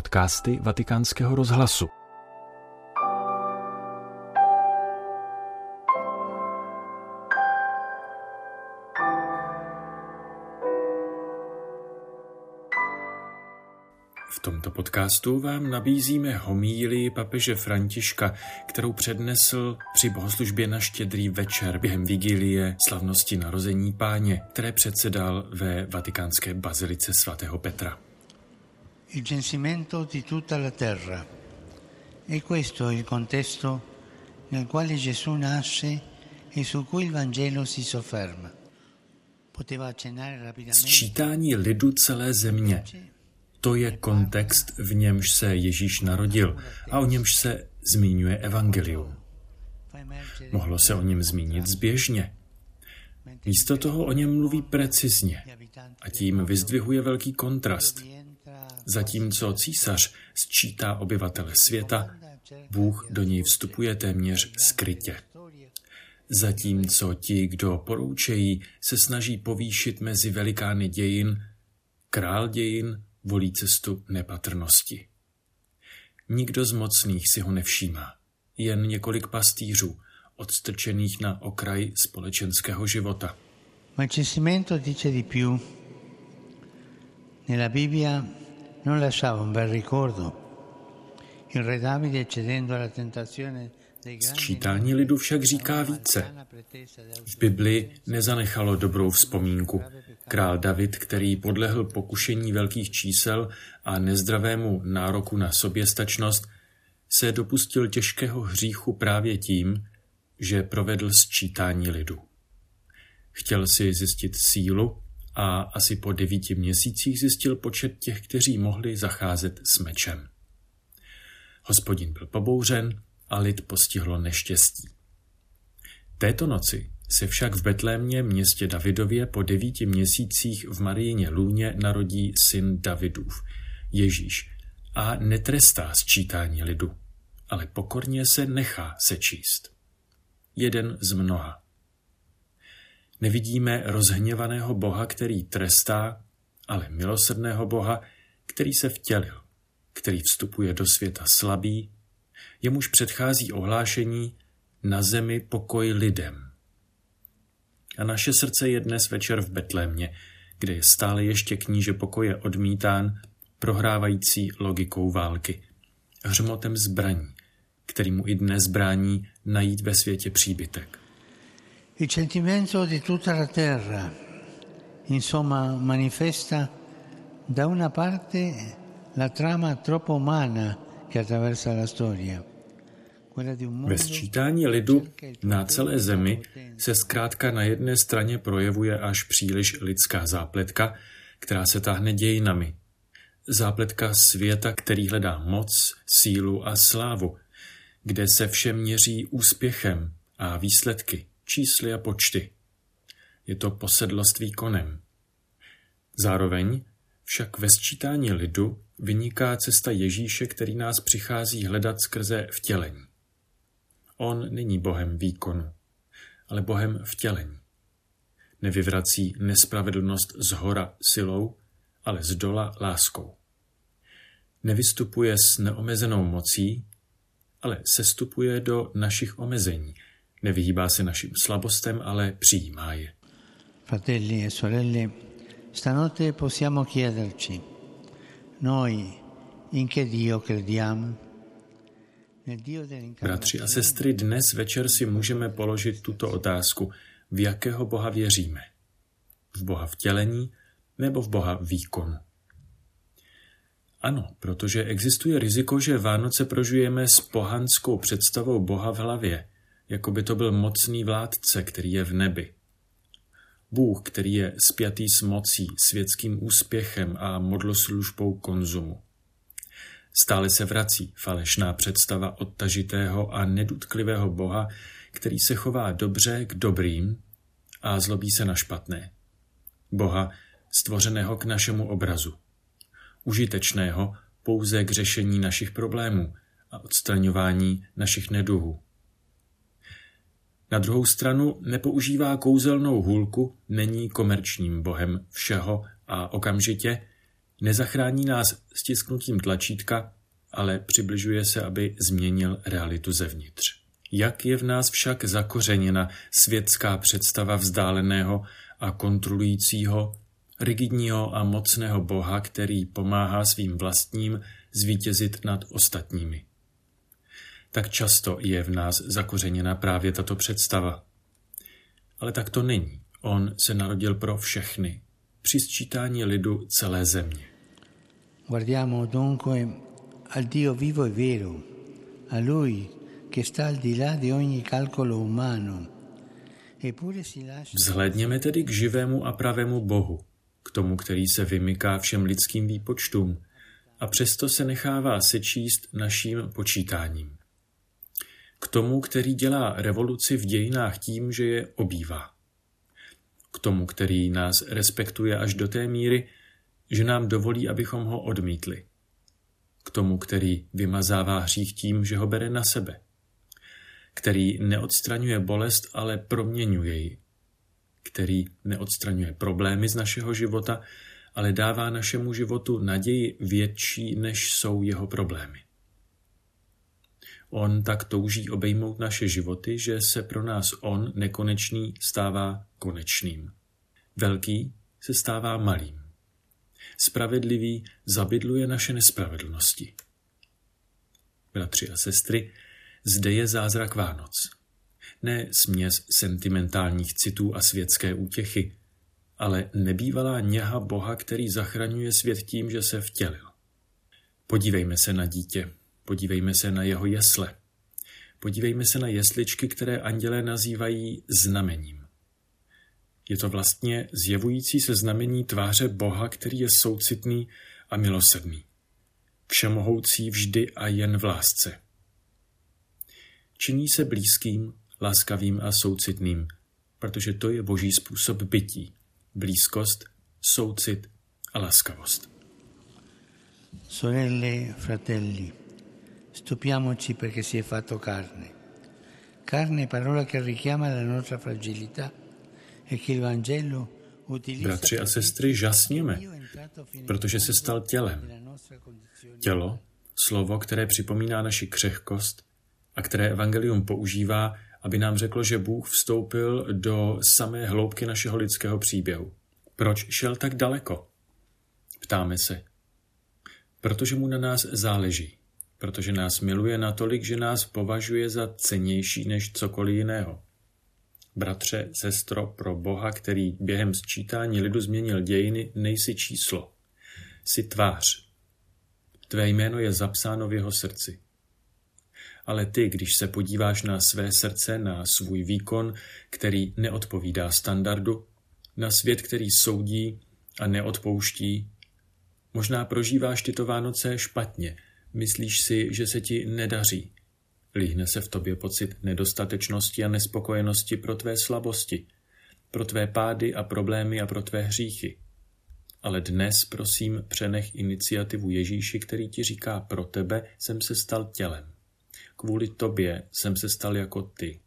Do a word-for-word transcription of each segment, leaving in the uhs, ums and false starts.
podcasty Vatikánského rozhlasu. V tomto podcastu vám nabízíme homílii papeže Františka, kterou přednesl při bohoslužbě na Štědrý večer během vigilie slavnosti narození Páně, které předsedal ve vatikánské bazilice svatého Petra. Il censimento di tutta la terra. E questo il contesto nel quale Gesù nasce e su cui il Vangelo si sofferma. Poteva accennare rapidamente. Sčítání lidu celé země. To je kontext, v němž se Ježíš narodil a o němž se zmiňuje evangelium. Mohlo se o něm zmínit zběžně. Místo toho o něm mluví precizně a tím vyzdvihuje velký kontrast. Zatímco císař sčítá obyvatele světa, Bůh do něj vstupuje téměř skrytě. Zatímco ti, kdo poroučejí, se snaží povýšit mezi velikány dějin, král dějin volí cestu nepatrnosti. Nikdo z mocných si ho nevšímá, jen několik pastýřů, odstrčených na okraj společenského života. Ma il censimento dice di più. Nella Bibbia non lasciava un bel ricordo. Il re Davide cedendo alla tentazione. Sčítání lidu však říká více. V Biblii nezanechalo dobrou vzpomínku. Král David, který podlehl pokušení velkých čísel a nezdravému nároku na soběstačnost, se dopustil těžkého hříchu právě tím, že provedl sčítání lidu. Chtěl si zjistit sílu a asi po devíti měsících zjistil počet těch, kteří mohli zacházet s mečem. Hospodin byl pobouřen a lid postihlo neštěstí. Této noci se však v Betlémě, městě Davidově, po devíti měsících v Marijině lůně narodí syn Davidův, Ježíš, a netrestá sčítání lidu, ale pokorně se nechá sečíst. Jeden z mnoha. Nevidíme rozhněvaného Boha, který trestá, ale milosrdného Boha, který se vtělil, který vstupuje do světa slabý, jemuž předchází ohlášení na zemi pokoj lidem. A naše srdce je dnes večer v Betlémě, kde je stále ještě kníže pokoje odmítán, prohrávající logikou války, hřmotem zbraní, který mu i dnes brání najít ve světě příbytek. Il sentimento di tutta la terra, insomma, manifesta da una parte la trama troppo umana che attraversa la storia. Ve sčítání lidu na celé zemi se zkrátka na jedné straně projevuje až příliš lidská zápletka, která se táhne dějinami. Zápletka světa, který hledá moc, sílu a slávu, kde se vše měří úspěchem a výsledky, čísly a počty. Je to posedlost výkonem. Zároveň však ve sčítání lidu vyniká cesta Ježíše, který nás přichází hledat skrze vtělení. On není Bohem výkonu, ale Bohem vtělení. Nevyvrací nespravedlnost zhora silou, ale zdola láskou. Nevystupuje s neomezenou mocí, ale sestupuje do našich omezení. Nevyhýbá se našim slabostem, ale přijímá je. Fratelli e sorelle, stanotte possiamo chiederci, noi in che Dio crediamo? Bratři a sestry, dnes večer si můžeme položit tuto otázku. V jakého Boha věříme? V Boha vtělení nebo v Boha výkonu? Ano, protože existuje riziko, že Vánoce prožijeme s pohanskou představou Boha v hlavě, jako by to byl mocný vládce, který je v nebi. Bůh, který je spjatý s mocí, světským úspěchem a modloslužbou konzumu. Stále se vrací falešná představa odtažitého a nedutklivého Boha, který se chová dobře k dobrým a zlobí se na špatné. Boha, stvořeného k našemu obrazu. Užitečného pouze k řešení našich problémů a odstraňování našich neduhů. Na druhou stranu nepoužívá kouzelnou hůlku, není komerčním bohem všeho a okamžitě, Nezachrání nás stisknutím tlačítka, ale přibližuje se, aby změnil realitu zevnitř. Jak je v nás však zakořeněna světská představa vzdáleného a kontrolujícího, rigidního a mocného Boha, který pomáhá svým vlastním zvítězit nad ostatními. Tak často je v nás zakořeněna právě tato představa. Ale tak to není. On se narodil pro všechny, při sčítání lidu celé země. Guardiamo dunque al Dio vivo e vero, a Lui che sta al di là di ogni calcolo umano. Vzhlédněme tedy k živému a pravému Bohu, k tomu, který se vymyká všem lidským výpočtům a přesto se nechává sečíst naším počítáním. K tomu, který dělá revoluci v dějinách tím, že je obývá. K tomu, který nás respektuje až do té míry, že nám dovolí, abychom ho odmítli. K tomu, který vymazává hřích tím, že ho bere na sebe. Který neodstraňuje bolest, ale proměňuje ji. Který neodstraňuje problémy z našeho života, ale dává našemu životu naději větší, než jsou jeho problémy. On tak touží obejmout naše životy, že se pro nás on, nekonečný, stává konečným. Velký se stává malým. Spravedlivý zabydluje naše nespravedlnosti. Bratři a sestry, zde je zázrak Vánoc. Ne směs sentimentálních citů a světské útěchy, ale nebývalá něha Boha, který zachraňuje svět tím, že se vtělil. Podívejme se na dítě, podívejme se na jeho jesle. Podívejme se na jesličky, které andělé nazývají znamením. Je to vlastně zjevující se znamení tváře Boha, který je soucitný a milosrdný. Všemohoucí vždy a jen v lásce. Činí se blízkým, laskavým a soucitným, protože to je Boží způsob bytí. Blízkost, soucit a laskavost. Sorelle, fratelli, stupiamoci perché si è fatto carne. Carne, parola che richiama la nostra fragilità e che il Vangelo utilizza. Bratři a sestry, žasněme, protože se stal tělem. Tělo, slovo, které připomíná naši křehkost a které evangelium používá, aby nám řeklo, že Bůh vstoupil do samé hloubky našeho lidského příběhu. Proč šel tak daleko? Ptáme se. Protože mu na nás záleží. Protože nás miluje natolik, že nás považuje za cennější než cokoliv jiného. Bratře, sestro, pro Boha, který během sčítání lidu změnil dějiny, nejsi číslo. Jsi tvář. Tvé jméno je zapsáno v jeho srdci. Ale ty, když se podíváš na své srdce, na svůj výkon, který neodpovídá standardu, na svět, který soudí a neodpouští, možná prožíváš tyto Vánoce špatně, myslíš si, že se ti nedaří. Líhne se v tobě pocit nedostatečnosti a nespokojenosti pro tvé slabosti, pro tvé pády a problémy a pro tvé hříchy. Ale dnes, prosím, přenech iniciativu Ježíši, který ti říká, pro tebe jsem se stal tělem. Kvůli tobě jsem se stal jako ty.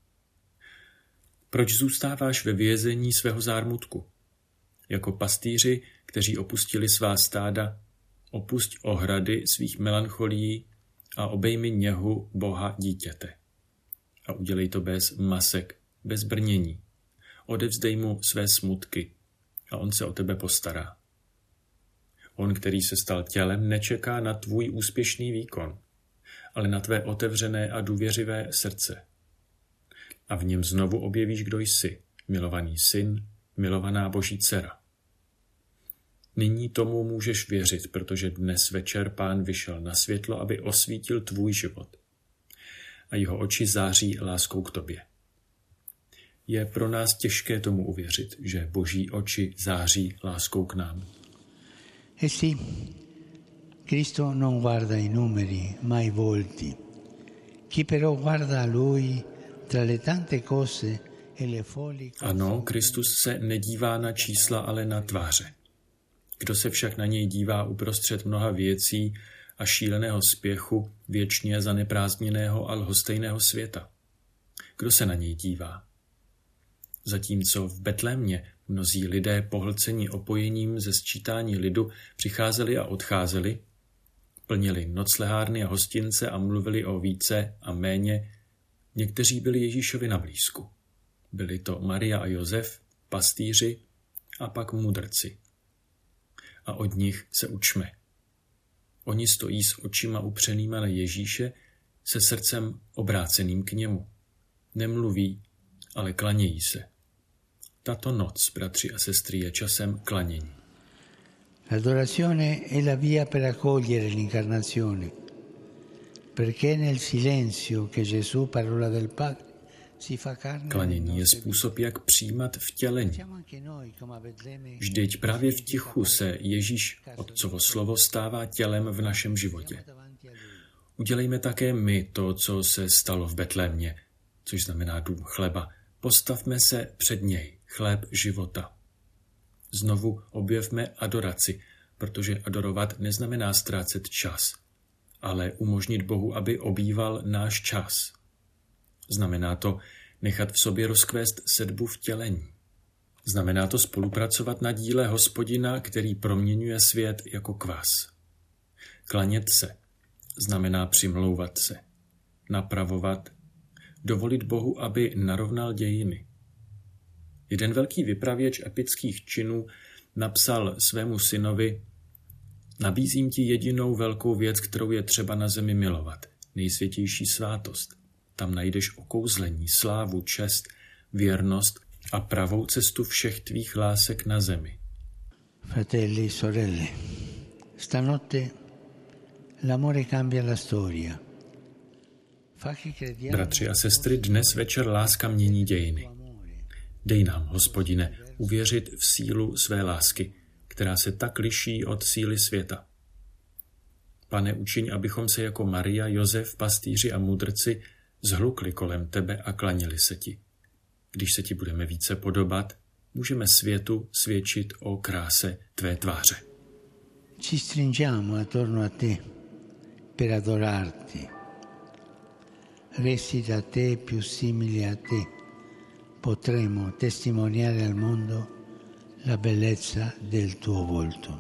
Proč zůstáváš ve vězení svého zármutku? Jako pastýři, kteří opustili svá stáda, opusť ohrady svých melancholií a obejmi něhu Boha dítěte. A udělej to bez masek, bez brnění. Odevzdej mu své smutky a on se o tebe postará. On, který se stal tělem, nečeká na tvůj úspěšný výkon, ale na tvé otevřené a důvěřivé srdce. A v něm znovu objevíš, kdo jsi, milovaný syn, milovaná Boží dcera. Nyní tomu můžeš věřit, protože dnes večer Pán vyšel na světlo, aby osvítil tvůj život. A jeho oči září láskou k tobě. Je pro nás těžké tomu uvěřit, že Boží oči září láskou k nám. Eh sì, Cristo non guarda i numeri, ma i volti. Chi però guarda a Lui tra le tante cose e le folli. Ano, Kristus se nedívá na čísla, ale na tváře. Kdo se však na něj dívá uprostřed mnoha věcí a šíleného spěchu věčně zaneprázdněného a lhostejného světa? Kdo se na něj dívá? Zatímco v Betlémě Mnozí lidé pohlcení opojením ze sčítání lidu přicházeli a odcházeli, plnili noclehárny a hostince a mluvili o více a méně. Někteří byli Ježíšovi na blízku. Byli to Maria a Josef, pastýři a pak mudrci. A od nich se učme. Oni stojí s očima upřenýma na Ježíše, se srdcem obráceným k němu. Nemluví, ale klanějí se. Tato noc, bratři a sestry, je časem klanění. L'adorazione è la via per accogliere l'incarnazione, perché nel silenzio che Gesù, parola del Padre, si fa carne. Klanění je způsob, jak přijímat vtělení. Vždyť právě v tichu se Ježíš, Otcovo slovo, stává tělem v našem životě. Udělejme také my to, co se stalo v Betlémě, což znamená dům chleba. Postavme se před něj, chléb života. Znovu objevme adoraci, protože adorovat neznamená ztrácet čas, ale umožnit Bohu, aby obýval náš čas. Znamená to nechat v sobě rozkvést sedbu vtělení. Znamená to spolupracovat na díle Hospodina, který proměňuje svět jako kvas. Klanět se znamená přimlouvat se, napravovat, dovolit Bohu, aby narovnal dějiny. Jeden velký vypravěč epických činů napsal svému synovi: Nabízím ti jedinou velkou věc, kterou je třeba na zemi milovat, nejsvětější svátost. Tam najdeš okouzlení, slávu, čest, věrnost a pravou cestu všech tvých lásek na zemi. Fratelli, sorelle, stanotte l'amore cambia la storia. Bratři a sestry, dnes večer láska mění dějiny. Dej nám, Hospodine, uvěřit v sílu své lásky, která se tak liší od síly světa. Pane, učiň, abychom se jako Maria, Josef, pastýři a mudrci zhlukli kolem tebe a klanili se ti. Když se ti budeme více podobat, můžeme světu svědčit o kráse tvé tváře. Ci stringiamo attorno a te per adorarti. Resti da te più simili a te. Potremo testimoniare al mondo la bellezza del tuo volto.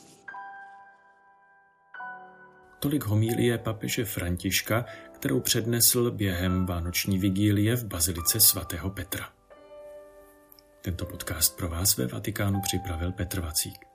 Tolik homilie papeže Františka, kterou přednesl během vánoční vigílie v bazilice svatého Petra. Tento podcast pro vás ve Vatikánu připravil Petr Vacík.